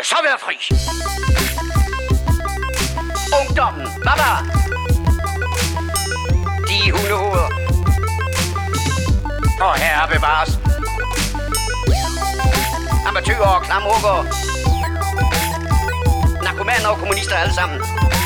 det så være fri. Ungdommen, baba. De hundehoveder. Og herre bevares. Amatøger og klamrukker. Narkomaner og kommunister alle sammen.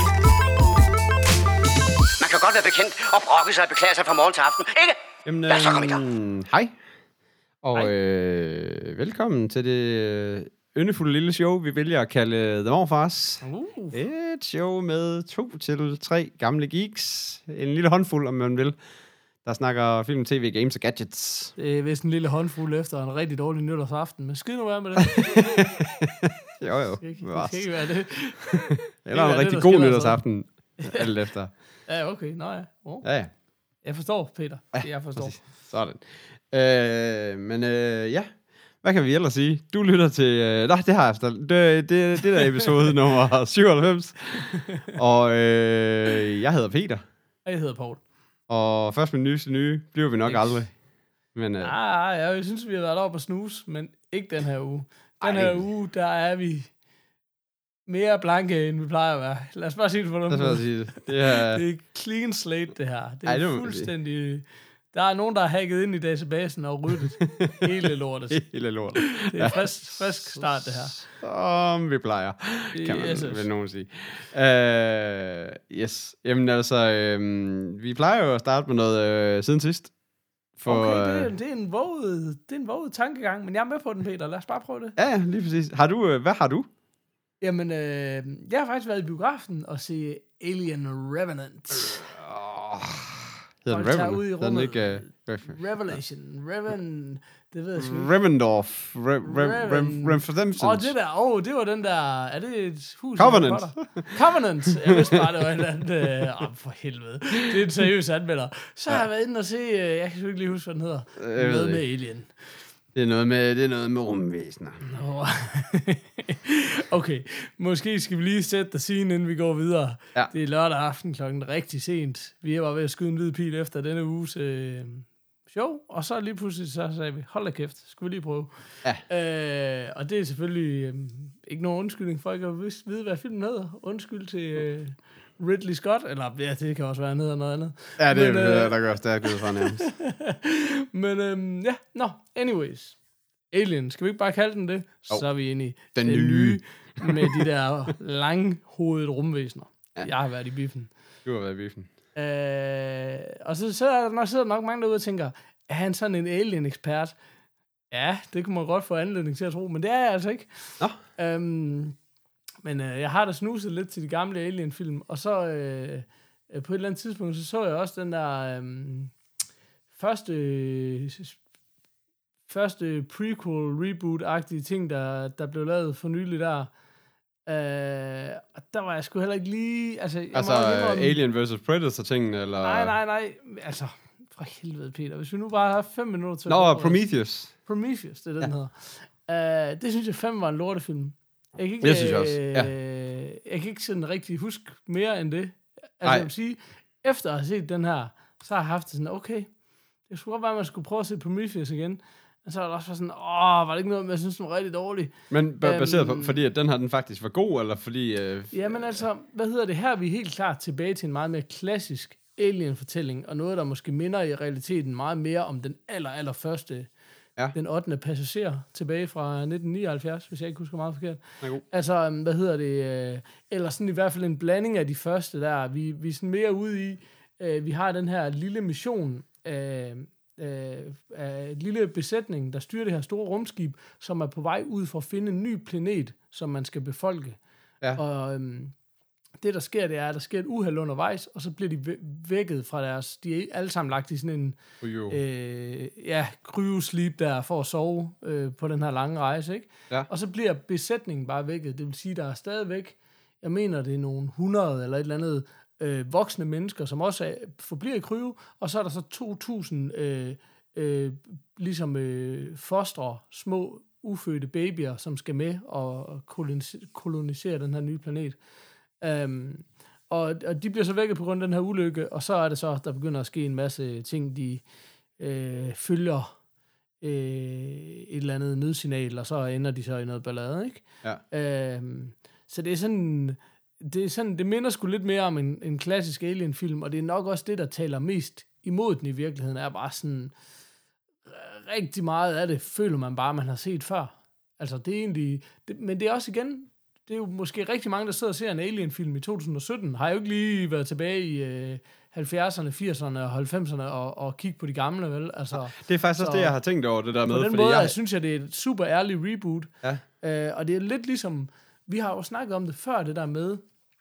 Man kan godt være bekendt og brokke sig og beklage sig fra morgen til aften, ikke? Jamen, lad os så komme i gang. Hej. Og velkommen til det yndefulde lille show, vi vælger at kalde The Morfars. Et show med 2 til 3 gamle geeks. En lille håndfuld, om man vil. Der snakker film, tv, games og gadgets. Det er vist en lille håndfuld efter en rigtig dårlig nytårsaften, men skid nu være med det. jo. Det skal ikke være det. Eller en rigtig god nytårsaften, alt efter. Ja, okay. Nå ja. Ja. Jeg forstår, Peter. Jeg forstår. Præcis. Sådan. Ja. Hvad kan vi ellers sige? Du lytter til... nej, det har jeg efter. Det der episode nummer 97. Og jeg hedder Peter. Og jeg hedder Paul. Og først med nyeste nye bliver vi nok aldrig. Men, jeg synes, vi har været oppe og snuse, men ikke den her uge. Den her uge, der er vi mere blanke, end vi plejer at være. Lad os bare sige det på den måde. Det er clean slate, det her. Det er fuldstændig... Der er nogen, der har hacket ind i databasen og ryddet hele lortet. Hele lortet. Det er frisk start, det her. Som vi plejer, kan man vel nogen sige. Yes. Jamen altså, vi plejer jo at starte med noget siden sidst. Okay, det er en våget tankegang, men jeg er med på den, Peter. Lad os bare prøve det. Ja, lige præcis. Hvad har du? Jamen, jeg har faktisk været i biografen og se Alien Revenant. Hedder den Revenant? Den ikke... Revelation. Det ved jeg sgu ikke. Revendorf. Det var den der... Er det et hus? Covenant. Covenant. Jeg vidste bare, det var et eller andet... for helvede. Det er en seriøs anmelder. Så har jeg været inde og se... Jeg kan sgu ikke lige huske, hvad den hedder. Noget med Alien. Det er noget med rumvæsener. Okay, måske skal vi lige sætte dig scene, inden vi går videre. Ja. Det er lørdag aften klokken rigtig sent. Vi er bare ved at skyde en hvid pil efter denne uges show, og så lige pludselig så sagde vi, hold da kæft, skal vi lige prøve. Ja. Og det er selvfølgelig ikke nogen undskyldning for ikke at vide, hvad filmen hedder. Undskyld til Ridley Scott, eller ja, det kan også være noget andet. Ja, det er der gør stærkt ud fra nærmest. Men anyways. Alien, skal vi ikke bare kalde den det? Så er vi inde i den nye med de der langhovedede rumvæsener. Ja. Jeg har været i biffen. Du har været i biffen. Og så sidder der nok mange derude og tænker, er han sådan en alien-ekspert? Ja, det kunne man godt få anledning til at tro, men det er jeg altså ikke. Nå. Men jeg har da snuset lidt til de gamle Alien-film, og så på et eller andet tidspunkt, så jeg også den der første prequel-reboot-agtige ting, der blev lavet for nylig der. Og der var jeg sgu heller ikke lige... Alien vs. Predator-tingene, eller... Nej. Altså, for helvede, Peter. Hvis vi nu bare har 5 minutter til... Prometheus. Prometheus, det er den hedder. Det synes jeg fandme var en lortefilm. Det synes jeg også, ja. Jeg kan ikke sådan rigtig huske mere end det. Altså, jeg vil sige, efter at have set den her, så har jeg haft det sådan, okay, det skulle godt være, at man skulle prøve at se Prometheus igen. Men så var det også sådan, var det ikke noget, jeg synes, den var rigtig dårlig. Men baseret på, fordi at den faktisk var god, eller fordi... Jamen altså, her er vi helt klart tilbage til en meget mere klassisk Alien-fortælling, og noget, der måske minder i realiteten meget mere om den allerførste, den 8. passager, tilbage fra 1979, hvis jeg ikke husker meget forkert. Altså, eller sådan i hvert fald en blanding af de første der, vi er sådan mere ude i, vi har den her lille mission, et lille besætning, der styrer det her store rumskib, som er på vej ud for at finde en ny planet, som man skal befolke. Ja. Og det, der sker, det er, at der sker et uheld undervejs, og så bliver de vækket fra deres... De er alle sammen lagt i sådan en... cryosleep der, for at sove på den her lange rejse, ikke? Ja. Og så bliver besætningen bare vækket. Det vil sige, der er stadigvæk... Jeg mener, det er nogle 100 eller et eller andet... voksne mennesker, som også forbliver i kryo, og så er der så 2.000 fostre, små ufødte babyer, som skal med og kolonisere den her nye planet. Og de bliver så vækket på grund af den her ulykke, og så er det så, der begynder at ske en masse ting, de følger et eller andet nødsignal, og så ender de så i noget ballade, ikke? Ja. Så det er sådan, det minder sgu lidt mere om en klassisk Alien-film, og det er nok også det, der taler mest imod den i virkeligheden, er bare sådan, rigtig meget af det føler man bare, man har set før. Altså, det er egentlig, men det er også igen, det er jo måske rigtig mange, der sidder og ser en Alien-film i 2017, har jo ikke lige været tilbage i 70'erne, 80'erne og 90'erne og kigge på de gamle, vel? Altså, det er faktisk også det, jeg har tænkt over det der med. På den måde, jeg synes jeg, det er et super ærligt reboot. Ja. Og det er lidt ligesom, vi har jo snakket om det før, det der med,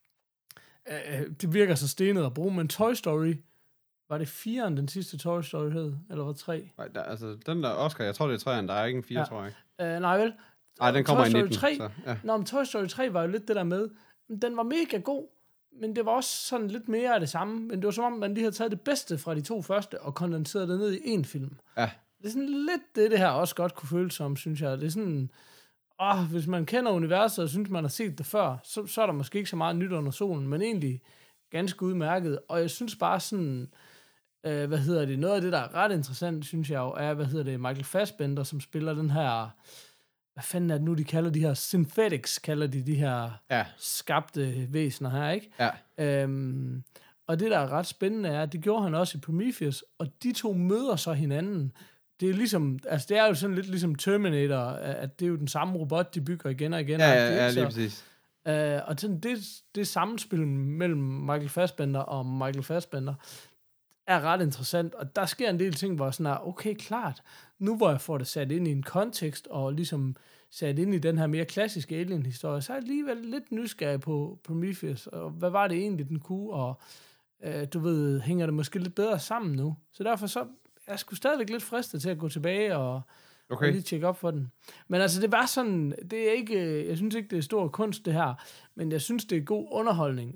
det virker så stenet at bruge, men Toy Story, var det 4'eren, den sidste Toy Story hed? Eller var det 3? Nej, altså, den der Oscar, jeg tror, det er 3'eren, der er ikke en 4, tror jeg ikke. Nej vel? Nej, den kommer Toy i Story 19. 3, så, ja. men Toy Story 3 var jo lidt det der med, den var mega god, men det var også sådan lidt mere af det samme, men det var som om, man lige havde taget det bedste fra de 2 første, og kondenseret det ned i en film. Ja. Det er sådan lidt det her også godt kunne føles som, synes jeg. Det er sådan, hvis man kender universet, og synes, man har set det før, så er der måske ikke så meget nyt under solen, men egentlig ganske udmærket. Og jeg synes bare sådan, noget af det, der er ret interessant, synes jeg jo, er, Michael Fassbender, som spiller den her, hvad fanden er det nu, de kalder de her synthetics, kalder de her skabte væsener her, ikke? Ja. Og det, der er ret spændende, er, at det gjorde han også i Prometheus, og de 2 møder så hinanden. Det er ligesom, altså det er jo sådan lidt ligesom Terminator, at det er jo den samme robot, de bygger igen og igen. Ja, lige præcis. Og sådan det samspil mellem Michael Fassbender og Michael Fassbender er ret interessant, og der sker en del ting, hvor sådan er, okay, klart, nu hvor jeg får det sat ind i en kontekst, og ligesom sat ind i den her mere klassiske Alien-historie, så er jeg alligevel lidt nysgerrig på Prometheus, og hvad var det egentlig, den kunne, og du ved, hænger det måske lidt bedre sammen nu. Så derfor så er jeg sgu stadigvæk lidt fristet til at gå tilbage og lige tjekke op for den. Men altså, det var sådan, det er ikke, jeg synes ikke, det er stor kunst, det her, men jeg synes, det er god underholdning.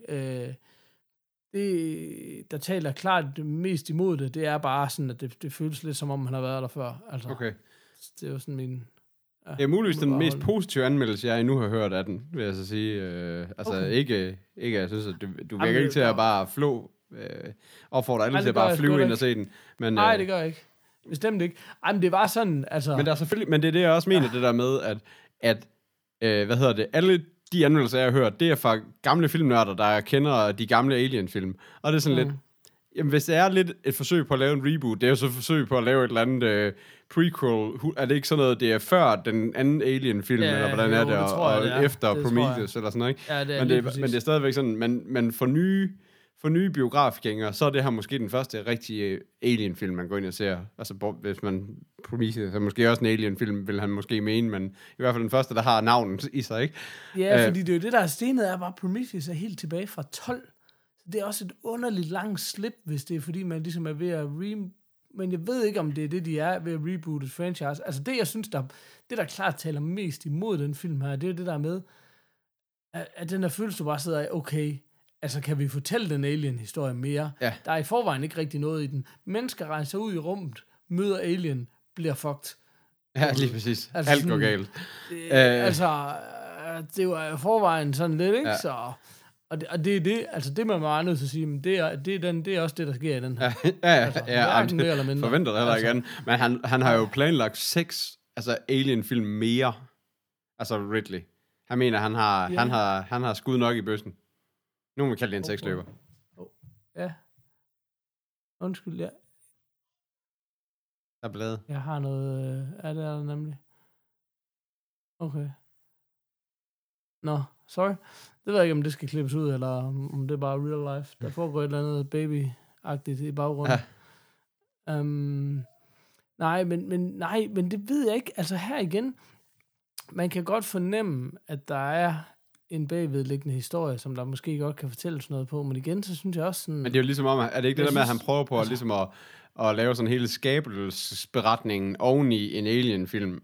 Det, der taler klart mest imod det, det er bare sådan, at det føles lidt som om, man har været der før. Altså, det er jo sådan min... Ja, det er muligvis den mest positive anmeldelse, jeg endnu har hørt af den, vil jeg så sige. Ikke, jeg synes, at du virker ikke til at bare opfordre alle til at bare flyve ind og se den. Men, nej, det gør jeg ikke. Bestemt ikke. Ej, men det var sådan, altså... Men, der er selvfølgelig, men det er det, jeg også mener, det der med, at alle de anmeldelser, jeg har hørt, det er fra gamle filmnørder, der kender de gamle Alien-film. Og det er sådan lidt... Jamen, hvis det er lidt et forsøg på at lave en reboot, det er jo så et forsøg på at lave et eller andet prequel. Er det ikke sådan noget, det er før den anden Alien-film, eller hvordan er det, og efter Prometheus, eller sådan noget, ikke? Ja, det er men det er stadigvæk sådan, men for nye biografgængere, så er det her måske den første rigtige Alien-film, man går ind og ser. Altså, hvis man Prometheus, så måske også en Alien-film, vil han måske mene, men i hvert fald den første, der har navnet i sig, ikke? Ja, fordi det er jo det, der er stenet, er bare Prometheus er helt tilbage fra 12. Det er også et underligt langt slip, hvis det er, fordi man ligesom er ved at men jeg ved ikke, om det er det, de er ved at reboot et franchise. Altså det, jeg synes, det der klart taler mest imod den film her, det er det der med, at den der følelse, du bare sidder af, okay, altså kan vi fortælle den Alien-historie mere? Ja. Der er i forvejen ikke rigtig noget i den. Mennesker rejser ud i rummet, møder Alien, bliver fucked. Ja, lige præcis. Altså, alt går galt. Det var i forvejen sådan lidt, ikke? Ja. Så... Og det er det, altså det man var nødt til at sige, men det er også det, der sker i den her. Ja, mere eller mindre. Forventer det heller ikke andet. Men han har jo planlagt 6 Alien-film mere. Altså Ridley. Han mener, han har skud nok i bøssen. Nu må vi kalde det en 6-løber. Ja. Undskyld, ja. Der er bladet. Jeg har noget... det er der nemlig. Okay. Nå, sorry. Det ved jeg ikke, om det skal klippes ud, eller om det er bare real life. Der foregår et eller andet baby-agtigt i baggrunden. Ja. Nej, men det ved jeg ikke. Altså her igen, man kan godt fornemme, at der er en bagvedliggende historie, som der måske godt kan fortælles noget på, men igen, så synes jeg også sådan... Men det er jo ligesom om, er det ikke det der med, at han prøver på ligesom at lave sådan hele skabelsesberetningen oven i en Alien-film?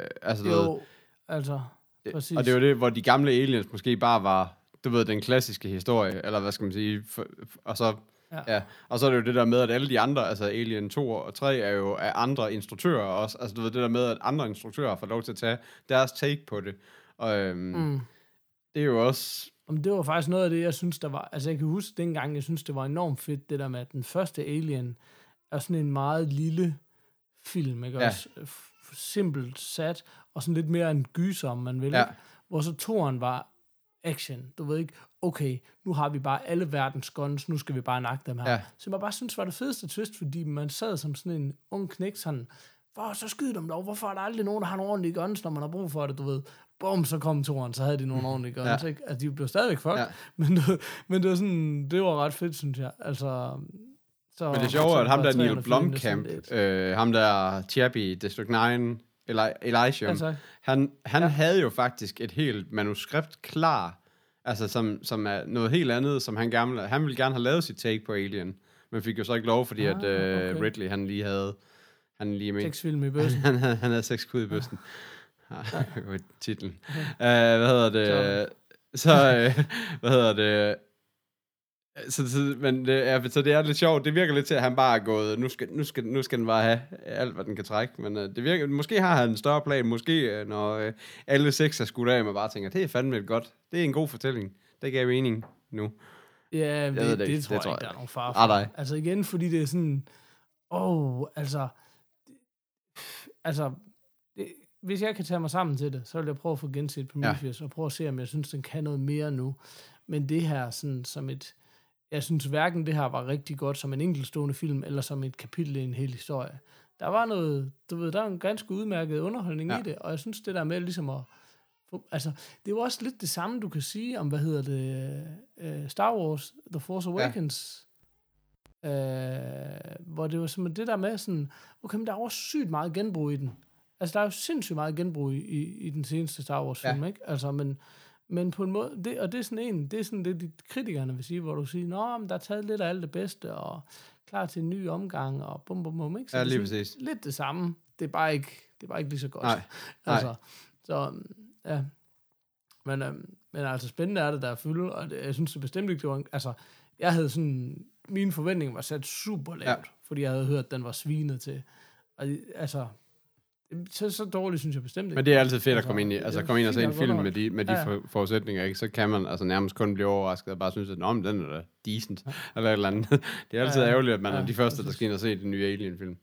Præcis. Og det er jo det, hvor de gamle aliens måske bare var, du ved, den klassiske historie, eller hvad skal man sige, og så og så er det jo det der med, at alle de andre, altså Alien 2 og 3, er jo af andre instruktører også, altså du ved, det der med, at andre instruktører får lov til at tage deres take på det, og det er jo også... Det var faktisk noget af det, jeg synes, der var, altså jeg kan huske dengang, jeg synes, det var enormt fedt, det der med, at den første Alien er sådan en meget lille film, ikke? Også simpelt sat, og sådan lidt mere en gyser, om man vil, ikke? Hvor så toren var action. Du ved ikke, okay, nu har vi bare alle verdens guns, nu skal vi bare nakke dem her. Ja. Så jeg bare synes, var det fedeste twist, fordi man sad som sådan en ung knæk, sådan, så skyd dem dog, hvorfor er der aldrig nogen, der har nogle ordentlige guns, når man har brug for det, du ved. Bum, så kom toren, så havde de nogle ordentlige guns, ikke? Altså, de blev stadigvæk fucked, men det var sådan, det var ret fedt, synes jeg. Altså, så, men det sjove er, at ham der Neil Blomkamp, ham der Chappie, District 9, Elijah, han havde jo faktisk et helt manuskript klar, altså som er noget helt andet, som han ville gerne have lavet sit take på Alien, men fik jo så ikke lov, fordi at Ridley, han lige med 6 film i bøssen. han havde 6 skud i bøssen. Titlen. Hvad hedder det? Hvad hedder det? Så det er lidt sjovt. Det virker lidt til, at han bare er gået, nu skal den bare have alt, hvad den kan trække. Men det virker, måske har han en større plan. Måske, når alle 6 er skudt af, man bare tænker, det er fandme godt. Det er en god fortælling. Det gav mening nu. Ja, det tror jeg ikke, der er nogen far for. Altså igen, fordi det er sådan, hvis jeg kan tage mig sammen til det, så vil jeg prøve at få genset Prometheus, og prøve at se, om jeg synes, den kan noget mere nu. Men det her, sådan som jeg synes hverken det her var rigtig godt som en enkeltstående film, eller som et kapitel i en hel historie. Der var noget, du ved, der var en ganske udmærket underholdning i det, og jeg synes det der med ligesom at, altså, det er jo også lidt det samme, du kan sige om, Star Wars, The Force Awakens, hvor det var simpelthen det der med sådan, okay, men der er også sygt meget genbrug i den. Altså, der er jo sindssygt meget genbrug i den seneste Star Wars-film, ikke? Altså, men på en måde, det er sådan det, de kritikerne vil sige, hvor du siger, men der er taget lidt af alt det bedste, og klar til en ny omgang, og bum, ikke? Så lige præcis. Lidt det samme. Det er bare ikke lige så godt. Nej. Altså, så, ja. Men altså, spændende er det, der er fyldt, og jeg synes det bestemt ikke, det var altså, jeg havde sådan, mine forventninger var sat super lavt, fordi jeg havde hørt, at den var svinet til. Og altså, så dårligt synes jeg bestemt ikke. Men det er altid fedt at komme ind i, altså komme ind og se en film med de forudsætninger, ikke? Så kan man altså nærmest kun blive overrasket og bare synes, at den er da decent, eller et eller andet. Det er altid ærgerligt, at man er de første, der skal ind og se den nye Alien-film.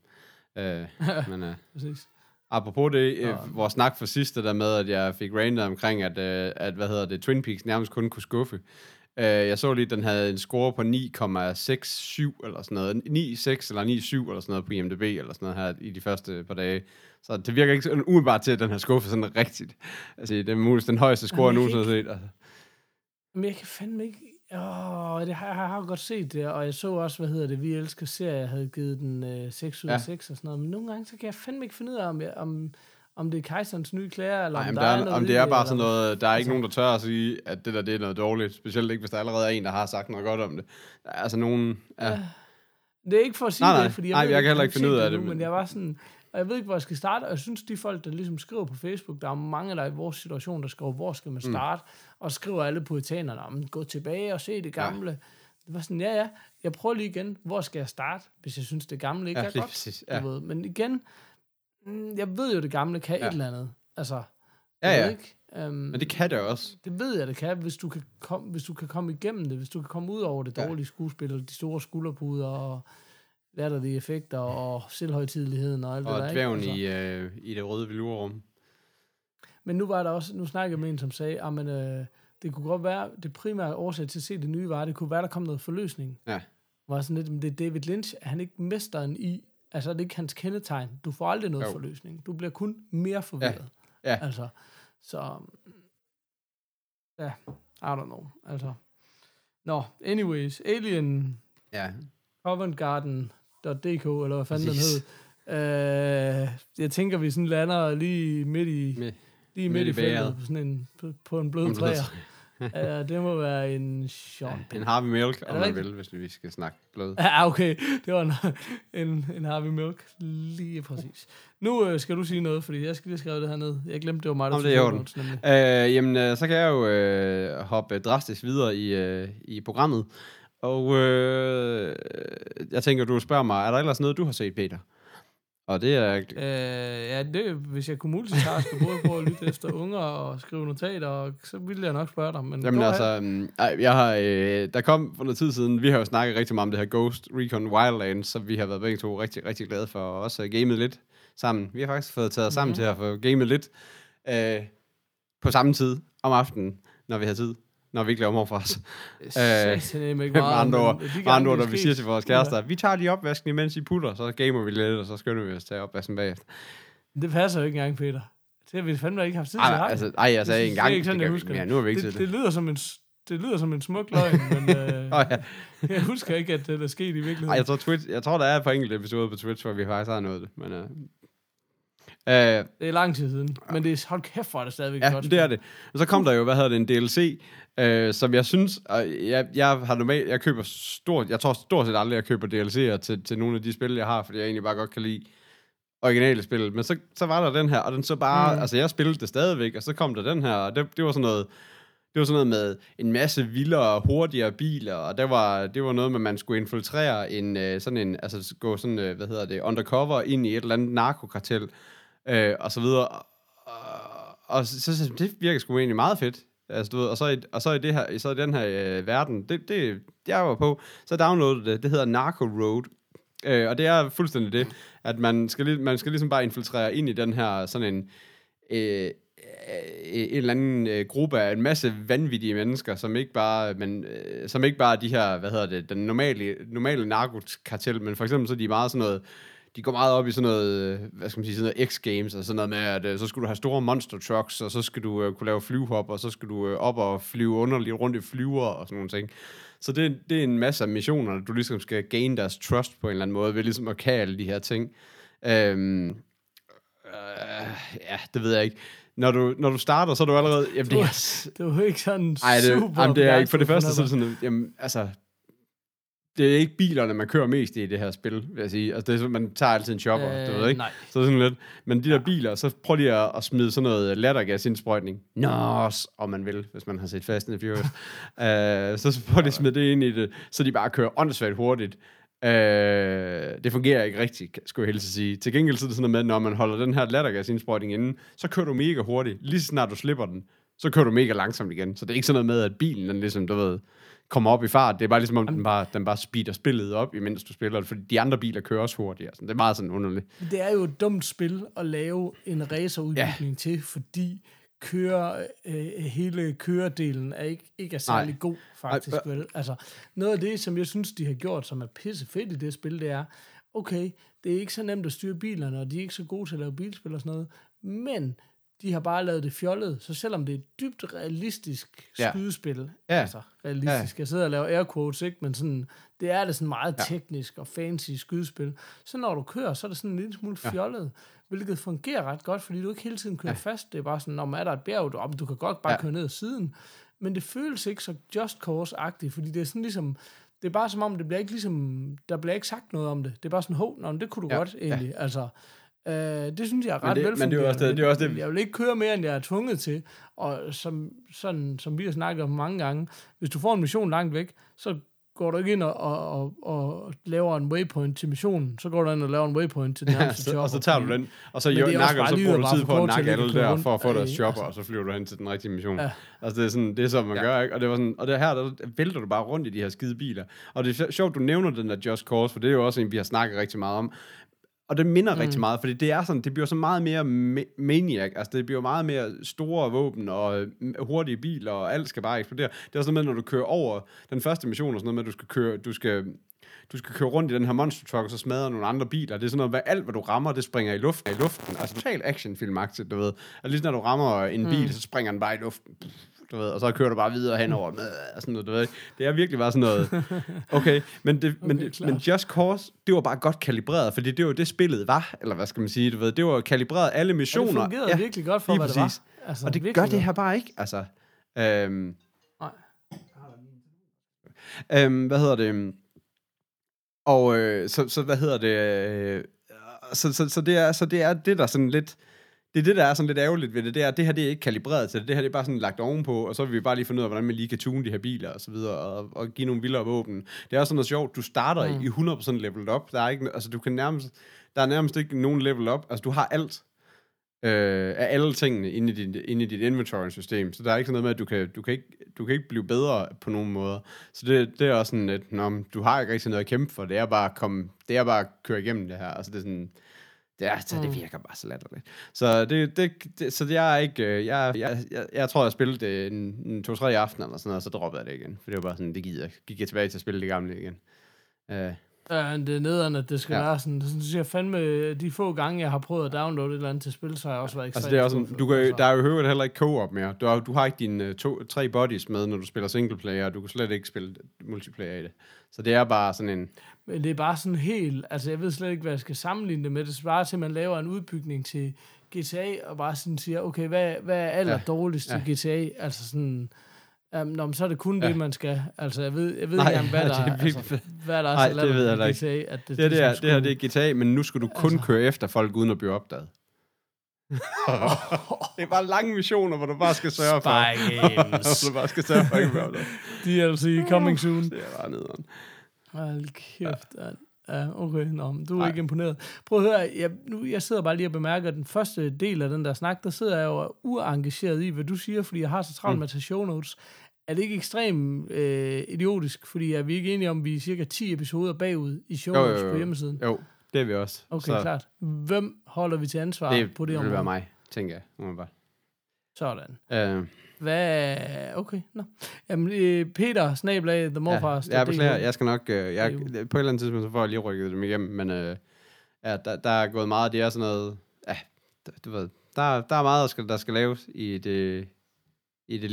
Men præcis. Apropos det, vores snak for sidste der med, at jeg fik randet omkring, at Twin Peaks nærmest kun kunne skuffe. Jeg så lige, at den havde en score på 9,67 eller sådan noget. 9,6 eller 9,7 eller sådan noget på IMDb eller sådan noget her i de første par dage. Så det virker ikke sådan umiddelbart til, at den har skuffet sådan rigtigt. Altså, det er muligvis den højeste score, jeg nogensinde har set. Altså. Men jeg kan fandme ikke... jeg har godt set det, og jeg så også, Vi elsker serier, jeg havde givet den 6 ud af 6 og sådan noget. Men nogle gange, så kan jeg fandme ikke finde ud af, om det er Kejserens nye klæder, eller om det er bare sådan noget, der er ikke nogen, der tør at sige, at det er noget dårligt. Specielt ikke, hvis der allerede er en, der har sagt noget godt om det. Der er altså nogen... Ja. Det er ikke for at sige det, fordi jeg kan heller ikke finde ud af det. Men jeg var sådan... Og jeg ved ikke, hvor jeg skal starte, og jeg synes, de folk, der ligesom skriver på Facebook, der er mange, der er i vores situation, der skriver, hvor skal man starte, og skriver alle puritanerne, gå tilbage og se det gamle. Ja. Det var sådan, jeg prøver lige igen, hvor skal jeg starte, hvis jeg synes, det gamle ikke er godt. Præcis, ved. Men igen, jeg ved jo, det gamle kan et eller andet. Altså, ikke? Men det kan det også. Det ved jeg, det kan, hvis du kan komme igennem det, hvis du kan komme ud over det dårlige skuespil, og de store skulderpuder, og latterlige effekter, og selvhøjtideligheden, og alt det der. Og dværgen i det røde velurrum. Men nu var der også, nu snakkede jeg med en, som sagde, det kunne godt være, det primære årsag til at se det nye var, det kunne være, der kom noget forløsning. Ja. Var sådan lidt, det er David Lynch, er han ikke mesteren i, altså det er ikke hans kendetegn. Du får aldrig noget forløsning. Du bliver kun mere forvirret. Ja. Altså, så, ja, I don't know. Altså, anyways, Alien, Coventgarden.dk, eller hvad fanden den hed. Jeg tænker, vi sådan lander lige midt i feltet på en blød træer. Det må være en Sean Penn. En Harvey Milk, om man vil, hvis vi skal snakke blød. Ja, okay. Det var en Harvey Milk. Lige præcis. Nu skal du sige noget, fordi jeg skal lige skrive det her ned. Jeg glemte, det var mig, der jamen, så kan jeg jo hoppe drastisk videre i programmet. Og jeg tænker, du spørger mig, er der ellers noget, du har set, Peter? Og det er... hvis jeg kunne multitaske, både på at lytte efter unger og skrive notater, og så ville jeg nok spørge dig. Men jamen altså, jeg har, der kom for noget tid siden, vi har jo snakket rigtig meget om det her Ghost Recon Wildlands, så vi har været begge to rigtig, rigtig glade for at også gamet lidt sammen. Vi har faktisk fået taget sammen til at få gamet lidt på samme tid om aftenen, når vi har tid. Når vi ikke laver mor for os. Med andre ord, vi siger til vores kærester, vi tager lige opvasken, imens I putter, så gamer vi lidt, og så skynder vi os til opvasken bagefter. Det passer jo ikke engang, Peter. Det har vi fandme ikke haft tid til. Jeg sagde en gang. Ja, nu er vi ikke til det. Det lyder som en smuk løgn, men jeg husker ikke, at det er sket i virkeligheden. Jeg tror, der er et par enkelte episoder på Twitch, hvor vi faktisk har noget det, men... det er lang tid siden, men det er hold kæft for, det stadigvæk godt. Ja, det er det. Og så kom der jo, en DLC, som jeg synes, jeg har normalt, jeg køber jeg tror stort set aldrig, jeg køber DLC'er til nogle af de spil, jeg har, fordi jeg egentlig bare godt kan lide originale spil. Men så var der den her, og den så bare, altså jeg spillede det stadigvæk, og så kom der den her, og det var sådan noget, med en masse vildere og hurtigere biler, og det var noget med, at man skulle infiltrere gå sådan, undercover ind i et eller andet narkokartel, og så videre. Og så det virker sgu egentlig meget fedt. Altså, du ved, og så i den her verden, det jeg var på, så downloadede det hedder Narco Road. Og det er fuldstændig det, at man skal ligesom bare infiltrere ind i den her sådan en eller anden gruppe af en masse vanvittige mennesker, som ikke bare er de her, den normale narkokartel, men for eksempel så er de meget sådan noget, de går meget op i sådan noget, sådan noget X-Games, og sådan noget med, at så skulle du have store monster trucks, og så skal du kunne lave flyvehop, og så skal du op og flyve underligt rundt i flyver, og sådan nogle ting. Så det er en masse af missioner, du ligesom skal gain deres trust på en eller anden måde, ved ligesom at kan alle de her ting. Det ved jeg ikke. Når du starter, så er du allerede... Jamen, det er jo ikke sådan super... det er ikke. For det første, så sådan... Jamen, altså... Det er ikke bilerne, man kører mest i det her spil, vil jeg sige. Altså, det er, man tager altid en chopper, du ved ikke? Nej. Så sådan lidt. Men de der biler, så prøv lige at smide sådan noget lattergasindsprøjtning. Om man vil, hvis man har set Fast and Furious. Så prøv lige at smide det ind i det, så de bare kører åndssvagt hurtigt. Det fungerer ikke rigtigt, skulle jeg helst sige. Til gengæld så er det sådan noget med, når man holder den her lattergasindsprøjtning inden, så kører du mega hurtigt. Lige så snart du slipper den, så kører du mega langsomt igen. Så det er ikke sådan noget med, at bilen, den ligesom, du ved, kommer op i fart. Det er bare ligesom, om den bare speeder spillet op, imens du spiller det, fordi de andre biler kører også hurtigt. Altså. Det er meget sådan underligt. Det er jo et dumt spil at lave en racerudvikling til, fordi hele køredelen er ikke er særlig god, faktisk. Vel? Altså, noget af det, som jeg synes, de har gjort, som er pissefedt i det spil, det er, okay, det er ikke så nemt at styre bilerne, og de er ikke så gode til at lave bilspil og sådan noget, men de har bare lavet det fjollet, så selvom det er et dybt realistisk skydespil, altså realistisk, jeg sidder og laver air quotes, ikke? Men sådan, det er det sådan meget teknisk og fancy skydespil, så når du kører, så er det sådan en lille smule fjollet, hvilket fungerer ret godt, fordi du ikke hele tiden kører fast, det er bare sådan, når man er der et bjerg, du kan godt bare køre ned ad siden, men det føles ikke så Just Cause-agtigt, fordi det er sådan ligesom, det er bare som om, det bliver ikke ligesom, der bliver ikke sagt noget om det, det er bare sådan, det kunne du godt egentlig, altså. Det synes jeg er ret velfungerende. Jeg vil ikke køre mere, end jeg er tvunget til. Og som vi har snakket om mange gange, hvis du får en mission langt væk, så går du ikke ind og laver en waypoint til missionen. Så går du ind og laver en waypoint til den nærmeste shopper. Og så tager du den, og så bruger du tid på at nakke alle der, for at få deres shopper, og så flyver du hen til den rigtige mission. Ja. Altså det er sådan, man gør, ikke? Og det var sådan, og det her, der vælter du bare rundt i de her skide biler. Og det er sjovt, du nævner den der Just Cause, for det er jo også en, vi har snakket rigtig meget om. Og det minder rigtig meget, fordi det er sådan, det bliver så meget mere maniac, altså det bliver meget mere store våben og hurtige biler, og alt skal bare eksplodere. Det er sådan noget med, når du kører over den første mission, og sådan noget med, at du skal køre rundt i den her monster truck, og så smadre nogle andre biler. Det er sådan noget, alt hvad du rammer, det springer i luften. Altså totalt actionfilmagtigt, du ved. Og lige når du rammer en bil, så springer den bare i luften. Du ved, og så kører du bare videre henover og sådan noget, du ved. Det er virkelig bare sådan noget. Okay, men Just Cause, det var bare godt kalibreret, fordi det var det spillet var, eller hvad skal man sige, du ved. Det var kalibreret alle missioner. Og det fungerede virkelig godt for, hvad det var. Altså, og det gør det her bare ikke, altså. Hvad hedder det? Og så hvad hedder det? Så det er det, der sådan lidt, Det er det, der er sådan lidt ærgerligt ved det. Det her det er ikke kalibreret til det. Det her det er bare sådan lagt ovenpå, og så vil vi bare lige finde ud af, hvordan man lige kan tune de her biler og så videre, og give nogle vildere våben. Det er også sådan noget sjovt. Du starter i 100% leveled up. Der er ikke, altså du kan nærmest, der er nærmest ikke nogen level up. Altså du har alt af alle tingene inde i dit inventory-system. Så der er ikke sådan noget med, at du kan ikke blive bedre på nogen måder. Så det er også sådan, at du har ikke rigtig noget at kæmpe for. Det er bare at køre igennem det her. Altså det er sådan... Det virker bare så latterligt. Så jeg er ikke... Jeg tror, jeg spillede en 2-3 aftener eller sådan noget, og så droppede jeg det igen. For det var bare sådan, gik jeg tilbage til at spille det gamle igen. Det er nederen, at det skal være sådan. Det synes jeg fandme, de få gange, jeg har prøvet at downloade et eller andet til spil, så har jeg også været ekstremt. Altså det er også der er jo hørt heller ikke co-op mere. Du har ikke dine 3 buddies med, når du spiller singleplayer, og du kan slet ikke spille multiplayer i det. Så det er bare sådan en... Men det er bare sådan helt... Altså jeg ved slet ikke, hvad jeg skal sammenligne det med. Det svarer til, at man laver en udbygning til GTA, og bare sådan siger, okay, hvad er aller dårligst til GTA? Altså sådan... så er det kun det, man skal. Altså, jeg ved ikke engang, hvad der er så lavet i GTA. At det her det er GTA, men nu skal du kun køre efter folk, uden at blive opdaget. Det er bare lange missioner, hvor du bare skal sørge for... Spy du bare skal sørge for, ikke bliver opdaget. DLC coming soon. Det er bare nederen. Hold kæft, ja, okay. Nå, du er ikke imponeret. Prøv at høre, jeg sidder bare lige og bemærker, at den første del af den der snak, der sidder jeg jo uengageret i, hvad du siger, fordi jeg har så travlt med at tage show notes. Er det ikke ekstremt idiotisk, fordi er vi ikke enige om, at vi er cirka 10 episoder bagud i show notes på hjemmesiden? Jo, det er vi også. Okay, så klart. Hvem holder vi til ansvar på det område? Det vil være mig, tænker jeg. Umiddelbart. Sådan. Hvad... Okay, nå. Jamen, Peter, /, The Morfars. Jeg beklager, jeg skal nok... på et eller andet tidspunkt, så får jeg lige rykket dem igennem, men der er gået meget, det er sådan noget... Ja, du ved, der er meget, der skal laves i det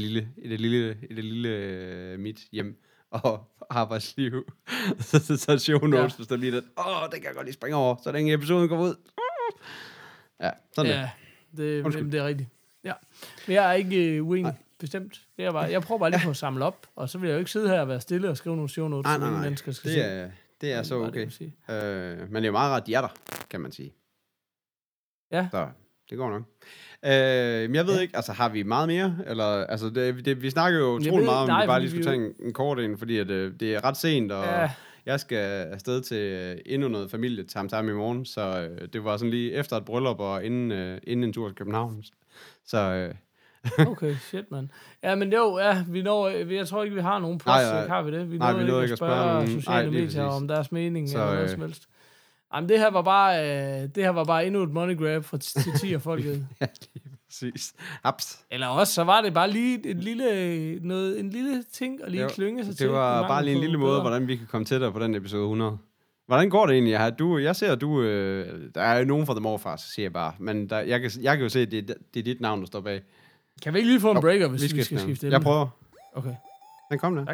lille mit hjem og arbejdsliv. så show notes, hvis der lige det. Det kan jeg godt lige springe over, så længe episoden går ud. Ja, sådan det er rigtigt. Ja, men jeg er ikke uenig, bestemt. Jeg prøver bare lige på at samle op, og så vil jeg jo ikke sidde her og være stille og skrive nogle show notes, som ingen mennesker skal se. Det er så okay. Men det er jo meget ret, de er der, kan man sige. Ja. Så det går nok. Jeg ved ikke, altså har vi meget mere? Eller, altså vi snakker jo utrolig meget om, vi bare lige skulle tage en kort en, fordi at, det er ret sent, og jeg skal afsted til endnu noget familie tam i morgen, så det var sådan lige efter et bryllup og inden en tur til København. Så... Okay, shit, man. Ja, men vi når... Jeg tror ikke, vi har nogen plads, har vi det? Vi nåede ikke at spørge sociale medier om deres mening, eller noget som helst. Jamen, det her var bare endnu et money grab til 10 af folket. Ja, lige præcis. Ups. Eller også, så var det bare lige en lille ting, og lige klynge sig til. Det var bare lige en lille måde, hvordan vi kan komme tættere på den episode 100. Hvordan går det egentlig? Jeg ser, at du... der er jo nogen fra The Morfars, siger jeg bare. Men jeg kan jo se, at det er dit navn, der står bag. Kan vi ikke lige få en breaker, hvis vi skal skifte det? Jeg prøver. Okay. Den kom der. Tak.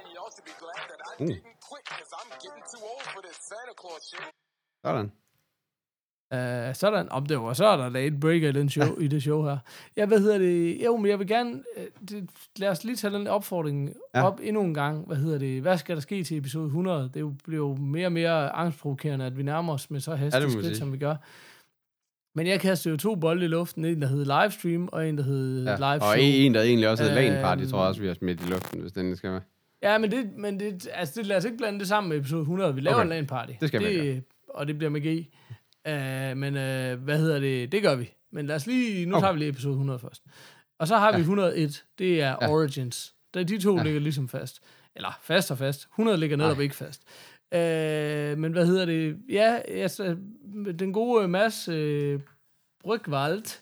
Sådan. Sådan. Om det var så er der et breaker i det show her. Ja, hvad hedder det? Jo, men jeg vil gerne... lad os lige tage den opfordring op endnu en gang. Hvad skal der ske til episode 100? Det bliver jo mere og mere angstprovokerende, at vi nærmer os med så hastigt skridt, som vi gør. Men jeg kastede jo 2 bolde i luften. En, der hed livestream, og en, der hed live show. Og en, der egentlig også hed LAN party, tror jeg også, vi har smidt i luften, hvis den skal være. Ja, men det lad os ikke blande det sammen med episode 100. Vi laver en LAN party. Det skal vi og det bliver med G. Men det gør vi. Men lad os lige, nu tager vi lige episode 100 først. Og så har vi 101, det er Origins. De 2 ligger ligesom fast. Eller fast og fast. 100 ligger netop ikke fast. Men den gode Mads Brygvald,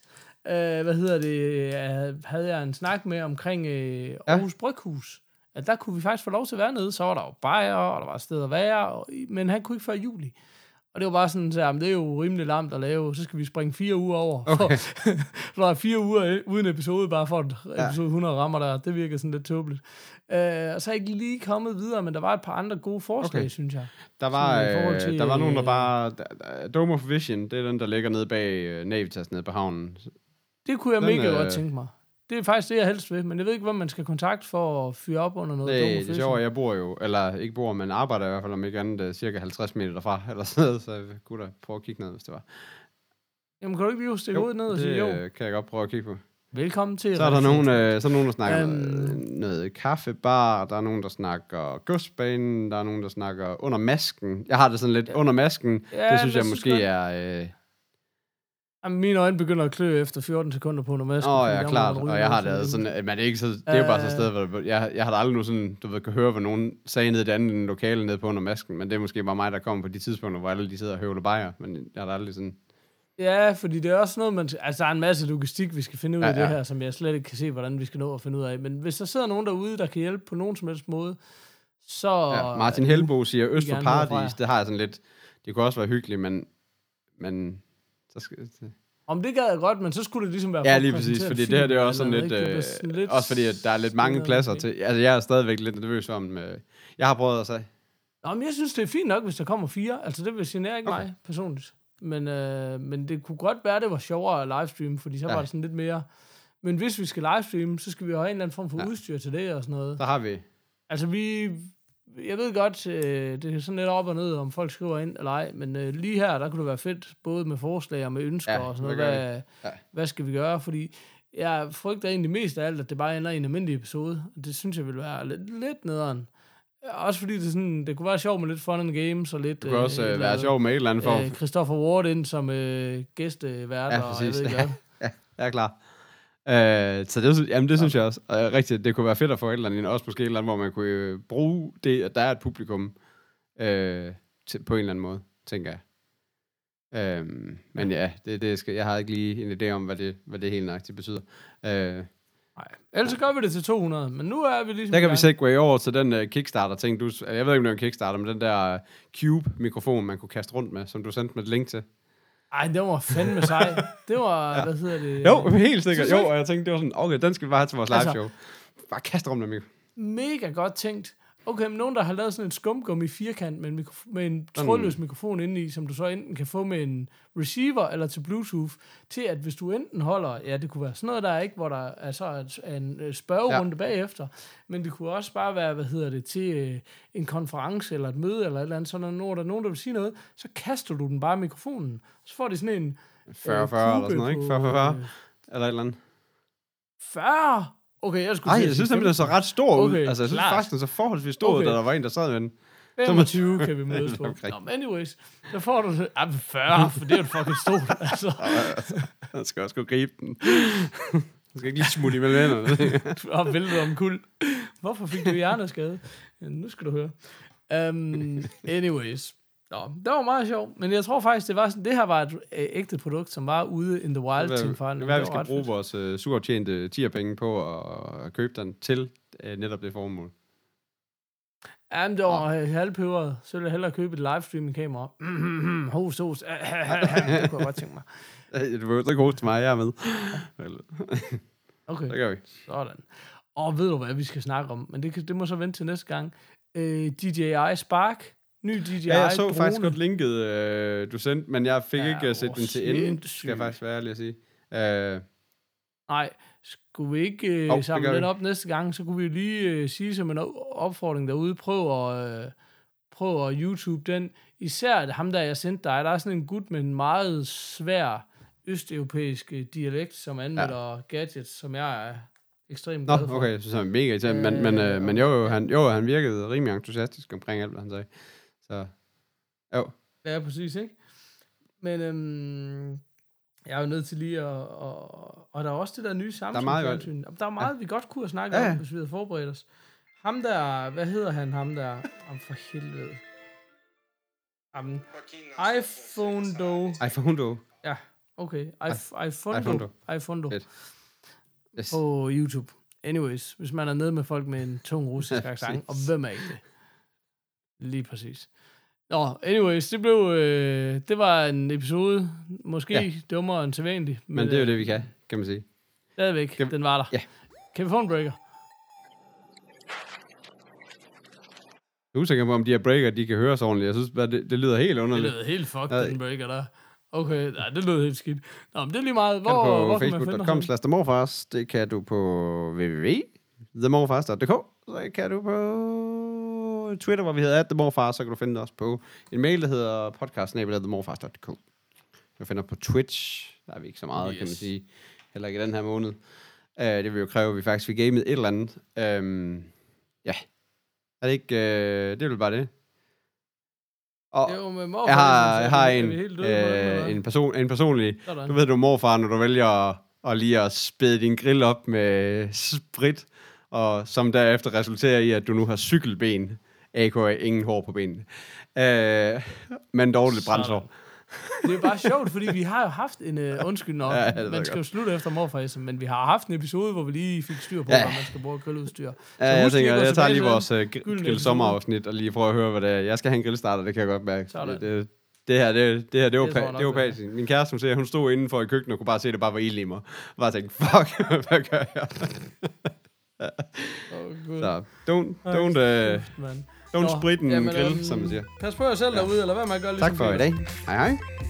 havde jeg en snak med omkring Aarhus Bryghus. At der kunne vi faktisk få lov til at være nede. Så var der jo bajer, og der var et sted at være, men han kunne ikke før juli. Og det var bare sådan, at det er jo rimelig lamt at lave, så skal vi springe 4 uger over. Okay. Så der er 4 uger uden episode, bare for at episode 100 rammer der. Det virker sådan lidt tåbeligt. Og så er jeg ikke lige kommet videre, men der var et par andre gode forslag, synes jeg. Der var nogen, der bare... Dome of Vision, det er den, der ligger nede bag Navitas nede på havnen. Det kunne jeg mega godt tænke mig. Det er faktisk det, jeg helst vil, men jeg ved ikke, hvem man skal kontakte for at fyre op under noget. Det er sjovt, jeg bor jo, eller ikke bor, men arbejder i hvert fald om ikke andet cirka 50 meter derfra, eller sådan noget, så jeg kunne da prøve at kigge ned, hvis det var. Jamen, kan du ikke lige stikke hovedet ned og sige jo? Det kan jeg godt prøve at kigge på. Velkommen til. Så er der nogen, der snakker noget kaffebar, der er nogen, der snakker godsbanen, der er nogen, der snakker under masken. Jeg har det sådan lidt under masken. Ja, det synes jeg måske er... Jamen, mine øjne begynder at klø efter 14 sekunder på under masken. Ja, klart. Og jeg har det sådan, at man ikke så... Det er jo bare så et sted, hvor jeg har da aldrig nu sådan, du ved, kan høre, hvad nogen sagde nede i det andet lokale nede på under masken, men det er måske bare mig, der kommer på de tidspunkter, hvor alle de sidder og høvler bajer, men jeg har da aldrig sådan... Ja, fordi det er også noget, altså der er en masse logistik, vi skal finde ud af det her, som jeg slet ikke kan se, hvordan vi skal nå at finde ud af. Men hvis der sidder nogen derude, der kan hjælpe på nogen som helst måde, så... Ja, Martin Helbo siger, Øst for Paradis, det har jeg sådan lidt... Det kunne også være hyggeligt, men så skal... Om det gad jeg godt, men så skulle det ligesom være... Ja, lige præcis, fordi det her det er også sådan lidt... Også fordi, at der er lidt mange pladser til... Altså, jeg er stadigvæk lidt nervøs om... Jeg har prøvet at sige... Nå, men jeg synes, det er fint nok, hvis der kommer 4. Altså, det vil genere ikke mig personligt. Men det kunne godt være, det var sjovere at livestream, fordi så var det sådan lidt mere... Men hvis vi skal livestream, så skal vi have en eller anden form for udstyr til det og sådan noget. Der har vi. Altså, jeg ved godt, det er sådan lidt op og ned, om folk skriver ind eller ej, men lige her, der kunne det være fedt, både med forslag og med ønsker og sådan noget. Hvad skal vi gøre? Fordi jeg frygter egentlig mest af alt, at det bare ender i en almindelig episode. Det synes jeg vil være lidt nederen. Også fordi det kunne være sjovt med lidt fun and games og lidt... Det kunne også være sjovt med et eller andet form. Christopher Ward ind som gæstevært, og jeg ved ikke hvad. Ja, klar. Så det synes jeg også. Rigtigt, det kunne være fedt at få et eller andet, også måske et eller andet, hvor man kunne bruge det, at der er et publikum på en eller anden måde, tænker jeg. Men jeg har ikke lige en idé om, hvad det helt nøjagtigt betyder. Nej. Ellers så gør vi det til 200, men nu er vi ligesom... Der kan vi segway over til den Kickstarter-ting. Jeg ved ikke, om det er en Kickstarter, men den der Cube-mikrofon, man kunne kaste rundt med, som du sendte med et link til. Ej, det var fandme sej. Det var, hvad hedder det? Jo, helt sikkert. Jo, og jeg tænkte, det var sådan, okay, den skal vi bare have til vores live show. Bare kaste rundt med mikrofon. Mega godt tænkt. Okay, men nogen, der har lavet sådan en skumgummi firkant med en trådløs mikrofon inde i, som du så enten kan få med en receiver eller til Bluetooth, til at hvis du enten holder, ja, det kunne være sådan noget der, ikke, hvor der er så en spørgerunde bagefter, men det kunne også bare være, til en konference eller et møde eller et eller andet, så når der er nogen, der vil sige noget, så kaster du den bare i mikrofonen, så får de sådan en 40-40 eller sådan noget, ikke? 40-40 eller et eller andet. 40? Okay, jeg skulle jeg synes nemlig, den så ret stor ud. Altså, jeg synes faktisk, den så forholdsvis stor ud, da der var en, der sad med den. 25 kan vi mødes på. Nå, men anyways, så får du det. 40, for det er jo fucking stort, altså. Jeg skal også gå gribe den. Jeg skal ikke lige smutte imellem hænderne. Du har væltet om kul. Hvorfor fik du hjerneskade? Ja, nu skal du høre. Anyways. Nå, det var meget sjovt, men jeg tror faktisk, det her var et ægte produkt, som var ude in the wild til faren. Det er, vi skal bruge vores suretjente tierpenge på at købe den til netop det formål. Jamen, det var halvpøveret. Så ville jeg hellere købe et livestreaming-kamera. Host. Det kunne jeg godt tænke mig. Du vil ikke hoste til mig, jeg er med. Okay. Det gør vi. Sådan. Og ved du, hvad vi skal snakke om? Men det må så vente til næste gang. DJI Spark. Ny DJI jeg så drone. faktisk godt linket, du sendte, men jeg fik ikke set den til enden, skal jeg faktisk være ærlig at sige. Nej, skulle vi ikke samle den op næste gang, så kunne vi lige sige som en opfordring derude, prøv at YouTube den. Især ham, der jeg sendte dig, der er sådan en gut med en meget svær østeuropæisk dialekt, som anmelder gadgets, som jeg er ekstremt glad for. Okay, jeg synes, han er mega irriterende, men han virkede rimelig entusiastisk omkring alt, hvad han sagde. Så, jo. Ja, præcis, ikke? Men jeg er jo nødt til lige at... Og der er også det der nye Samsung-fjernsyn. Der er meget, vi godt kunne have snakket om, hvis vi havde forberedt os. Ham der... Hvad hedder han, ham der? For helvede. iPhone. Ja, okay. iPhone. Yes. På YouTube. Anyways, hvis man er nede med folk med en tung russisk accent, og hvem er ikke det? Lige præcis. Nå, anyways, det var en episode, måske dummere end sædvanligt. Men det er jo det, vi kan man sige. Stadigvæk, den var der. Ja. Kan vi få en breaker? Jeg er usikker på, om de her breaker, de kan høres ordentligt. Jeg synes bare, det lyder helt underligt. Det lyder helt fucked, den breaker der. Okay, nej, det lyder helt skidt. Nå, men det er lige meget. Hvor kan man finde dig? Facebook.com/themorfars. Det kan du på www.themorfars.dk. Så kan du på Twitter, hvor vi hedder @themorfars, så kan du finde os på en mail, der hedder podcast@themorfars.dk. Du finder på Twitch, Der er vi ikke så meget, kan man sige. Heller ikke den her måned. Det vil jo kræve, at vi faktisk fik gamet et eller andet. Ja. Er det ikke... det er vel bare det. Og jeg har en personlig... Du ved, du er morfar, når du vælger at lige at spæde din grill op med sprit, og som derefter resulterer i, at du nu har cykelben, a.k.a. ingen hår på benene. Men dårligt brændsår. Det er bare sjovt, fordi vi har jo haft en... undskyld nok, man skal jo slutte efter morfar, men vi har haft en episode, hvor vi lige fik styr på, hvordan man skal bruge grilludstyr. Ja, jeg tænker, jeg tager lige vores grill-sommerafsnit, og lige prøver at høre, hvad det er. Jeg skal have en grillstarter, det kan jeg godt mærke. Det var patient. Min kæreste, hun siger, hun stod indenfor i køkkenet og kunne bare se, at det bare var ild i mig. Og bare tænkte, fuck, hvad gør jeg? Så, don't sprit en grill, som man siger. Pas på jer selv derude, eller hvad man gør. Tak for i dag. Hej hej.